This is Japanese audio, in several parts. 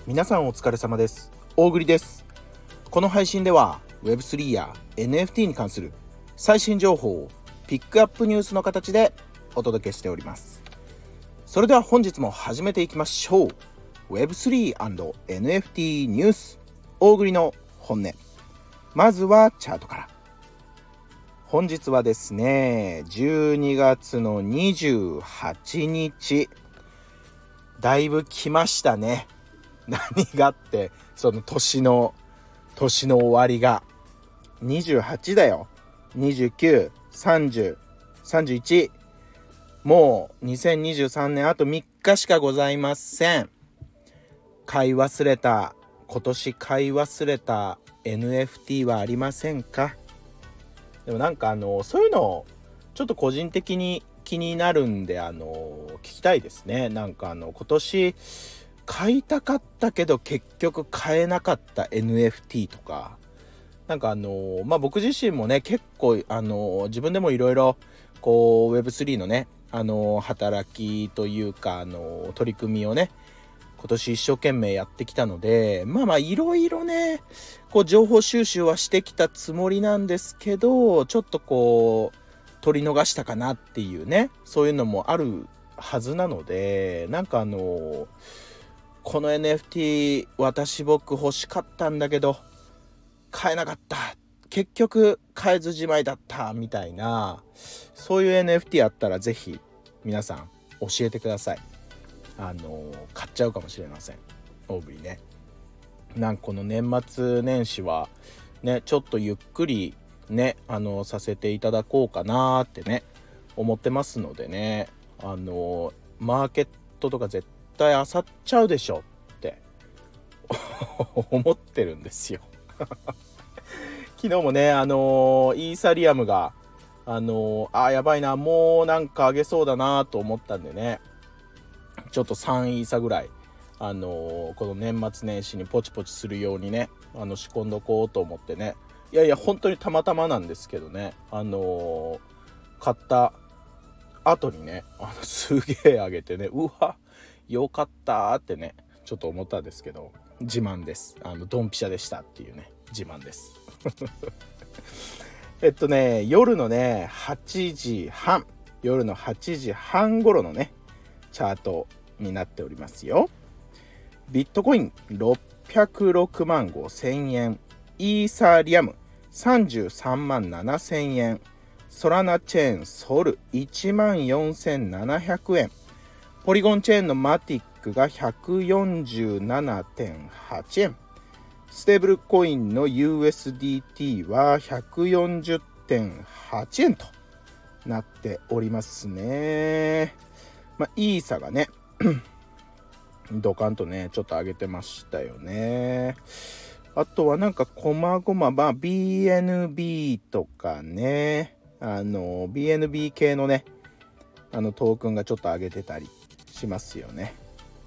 皆さんお疲れ様です。大栗です。この配信では Web3 や NFT に関する最新情報をピックアップニュースの形でお届けしております。それでは本日も始めていきましょう。 Web3&NFT ニュース、大栗の本音。まずはチャートから。本日はですね、12月の28日、だいぶ来ましたね。何がって、その年の終わりが28だよ。29、30、31、もう2023年あと3日しかございません。今年買い忘れた NFT はありませんか？でもなんかそういうのちょっと個人的に気になるんで聞きたいですね。なんか今年買いたかったけど結局買えなかった NFT とか、なんか僕自身もね、結構自分でもいろいろこう Web3 のね働きというか取り組みをね、今年一生懸命やってきたので、いろいろねこう情報収集はしてきたつもりなんですけど、ちょっとこう取り逃したかなっていうね、そういうのもあるはずなので、なんかこの NFT 僕欲しかったんだけど買えなかった、結局買えずじまいだったみたいな、そういう NFT あったらぜひ皆さん教えてください。買っちゃうかもしれません。大栗ね。なんかこの年末年始はね、ちょっとゆっくりねさせていただこうかなってね思ってますのでね、マーケットとか絶対漁っちゃうでしょって思ってるんですよ昨日もねイーサリアムがやばいな、もうなんか上げそうだなと思ったんでね、ちょっと3イーサぐらいこの年末年始にポチポチするようにね仕込んどこうと思ってね。いや本当にたまたまなんですけどね、買った後にねすげえ上げてね、うわよかったってねちょっと思ったんですけど、自慢です。ドンピシャでしたっていうね、自慢です夜の8時半頃のねチャートになっておりますよ。ビットコイン606万5千円、イーサリアム33万7千円、ソラナチェーンソル1万4700円、ポリゴンチェーンのマティックが 147.8 円、ステーブルコインの USDT は 140.8 円となっておりますね。イーサがねドカンとねちょっと上げてましたよね。あとはなんかこまごまBNB とかね、BNB 系のねトークンがちょっと上げてたりしますよね。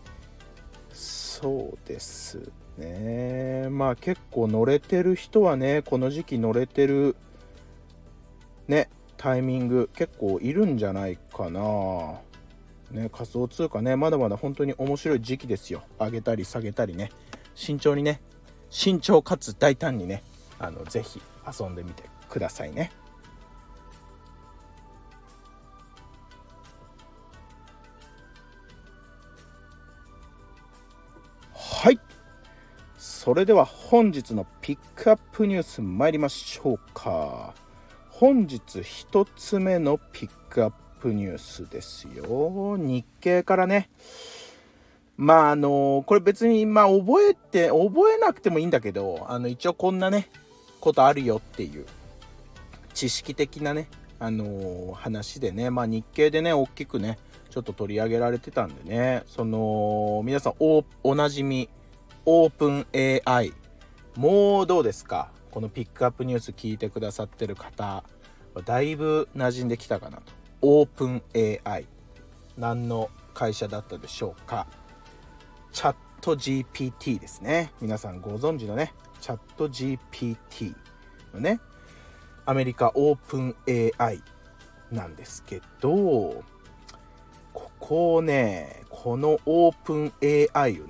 そうですね。結構乗れてる人はね、この時期乗れてるねタイミング結構いるんじゃないかなね。仮想通貨ね、まだまだ本当に面白い時期ですよ。上げたり下げたりね、慎重かつ大胆にねぜひ遊んでみてくださいね。はい、それでは本日のピックアップニュース参りましょうか。本日一つ目のピックアップニュースですよ。日経からね。これ別に覚えなくてもいいんだけど、一応こんなねことあるよっていう知識的なね話でね、日経でね大きくねちょっと取り上げられてたんでね、その皆さんおなじみオープン AI、 もうどうですか？このピックアップニュース聞いてくださってる方だいぶ馴染んできたかなと。オープン AI、 何の会社だったでしょうか？チャット GPT ですね。皆さんご存知のねチャット GPT のねアメリカオープン AI なんですけど、このオープン AI をね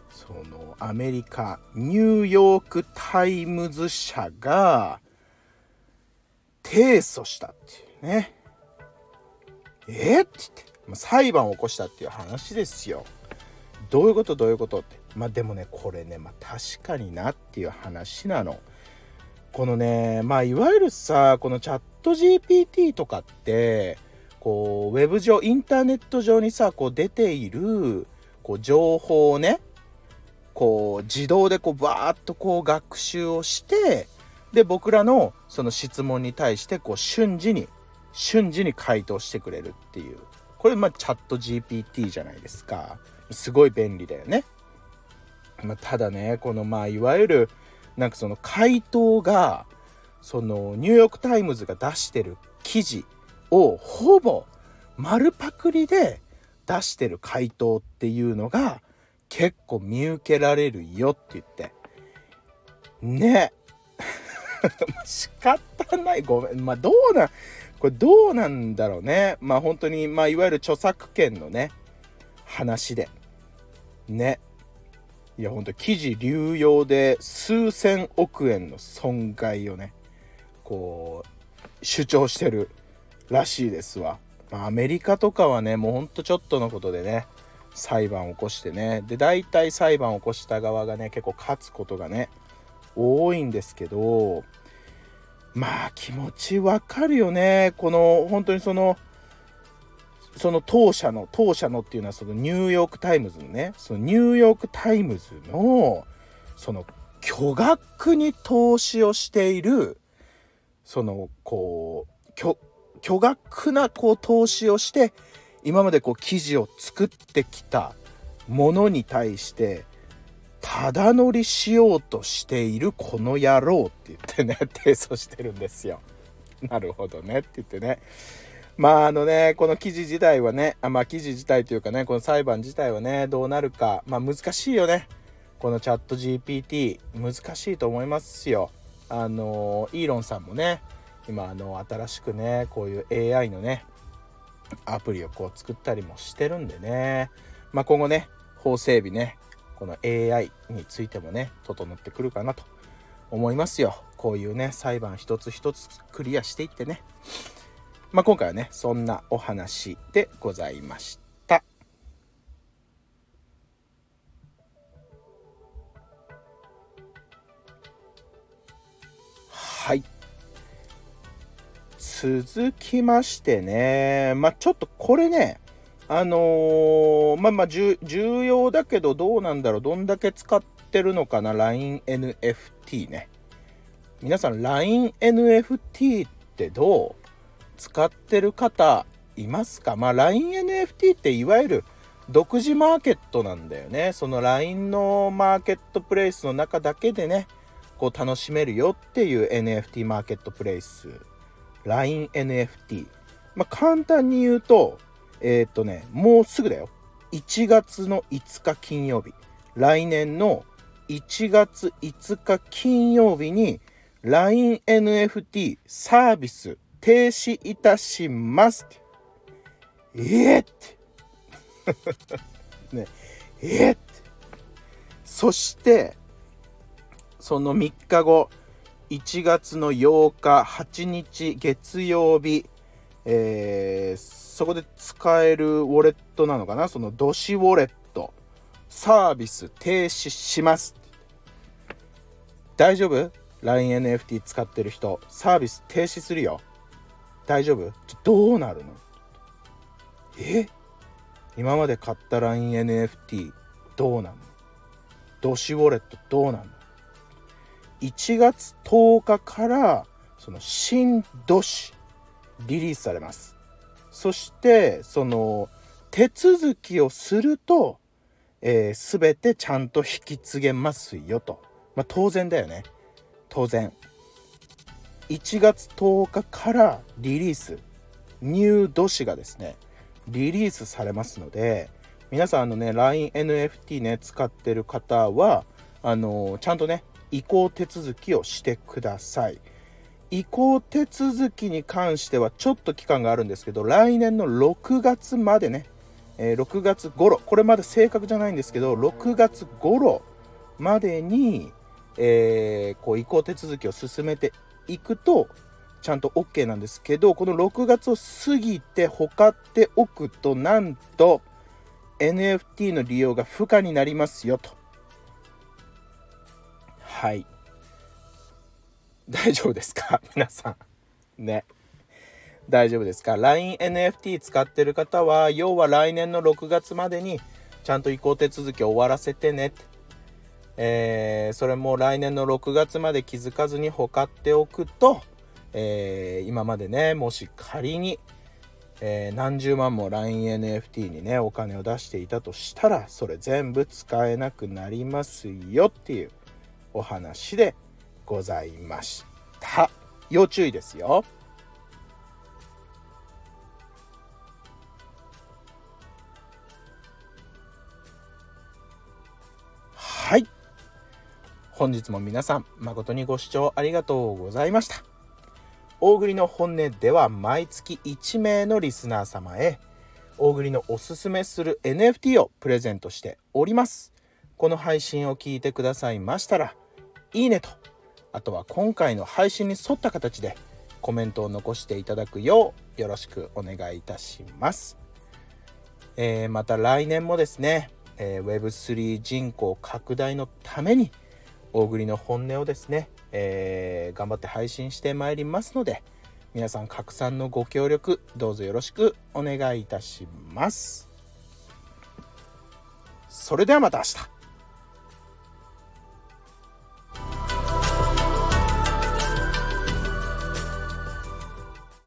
そのアメリカニューヨークタイムズ社が提訴したっていうね。って言って、裁判を起こしたっていう話ですよ。どういうことって。でもねこれね確かになっていう話なの。このねいわゆるさこのチャット GPT とかってこうウェブ上インターネット上にさこう出ているこう情報をねこう自動でこうバーッとこう学習をしてで僕らのその質問に対してこう瞬時に回答してくれるっていうこれチャット GPT じゃないですか。すごい便利だよね。ただねこのいわゆるなんかその回答がそのニューヨークタイムズが出してる記事をほぼ丸パクリで出してる回答っていうのが結構見受けられるよって言ってね仕方ないごめんどうなんだろうね。本当にいわゆる著作権のね話でねいや本当記事流用で数千億円の損害をねこう主張してるらしいですわ。アメリカとかはねもうほんとちょっとのことでね裁判を起こしてねで大体裁判を起こした側がね結構勝つことがね多いんですけど気持ちわかるよね。この本当にその当社のっていうのはそのニューヨークタイムズのねそのニューヨークタイムズのその巨額に投資をしているそのこう巨額なこう投資をして今までこう記事を作ってきたものに対してただ乗りしようとしているこの野郎って言ってね提訴してるんですよ。なるほどねって言ってねこの記事自体はね記事自体というかねこの裁判自体はねどうなるか難しいよね。このチャット GPT 難しいと思いますよ。イーロンさんもね今新しくねこういう AI のねアプリをこう作ったりもしてるんでね今後ね法整備ねこの AI についてもね整ってくるかなと思いますよ。こういうね裁判一つ一つクリアしていってね今回はねそんなお話でございました。はい続きましてねちょっとこれね重要だけどどうなんだろうどんだけ使ってるのかな LINE NFT ね。皆さん LINE NFT ってどう使ってる方いますか。LINE NFT っていわゆる独自マーケットなんだよね。その LINE のマーケットプレイスの中だけでねこう楽しめるよっていう NFT マーケットプレイス LINE NFT。簡単に言うともうすぐだよ。1月の5日金曜日来年の1月5日金曜日に LINE NFT サービス停止いたしますってねってそしてその3日後1月の8日8日月曜日そこで使えるウォレットなのかなそのドシウォレットサービス停止します大丈夫 LINE NFT 使ってる人サービス停止するよ大丈夫どうなるの今まで買った LINE NFT どうなのドシウォレットどうなの1月10日からその新ドシリリースされます。そしてその手続きをすると、全てちゃんと引き継げますよと。当然だよね。当然。1月10日からリリースニュードシがですねリリースされますので皆さんLINE NFT ね使ってる方はちゃんとね移行手続きをしてください。移行手続きに関してはちょっと期間があるんですけど来年の6月までね 6月頃、これまだ正確じゃないんですけど、6月頃までに、こう移行手続きを進めていくとちゃんと OK なんですけど、この6月を過ぎてほかっておくと、なんと NFT の利用が不可になりますよと。はい、大丈夫ですか皆さんね、大丈夫ですか。 LINE-NFT 使ってる方は、要は来年の6月までにちゃんと移行手続きを終わらせてねって、それも来年の6月まで気づかずにほかっておくと、今までね、もし仮に、何十万も LINE-NFT にねお金を出していたとしたら、それ全部使えなくなりますよっていうお話でございました。要注意ですよ。はい、本日も皆さん誠にご視聴ありがとうございました。大栗の本音では、毎月1名のリスナー様へ大栗のおすすめする NFT をプレゼントしております。この配信を聞いてくださいましたら、いいねと、あとは今回の配信に沿った形でコメントを残していただくようよろしくお願いいたします。また来年もですね、Web3 人口拡大のために大栗の本音をですね、頑張って配信してまいりますので、皆さん拡散のご協力どうぞよろしくお願いいたします。それではまた明日。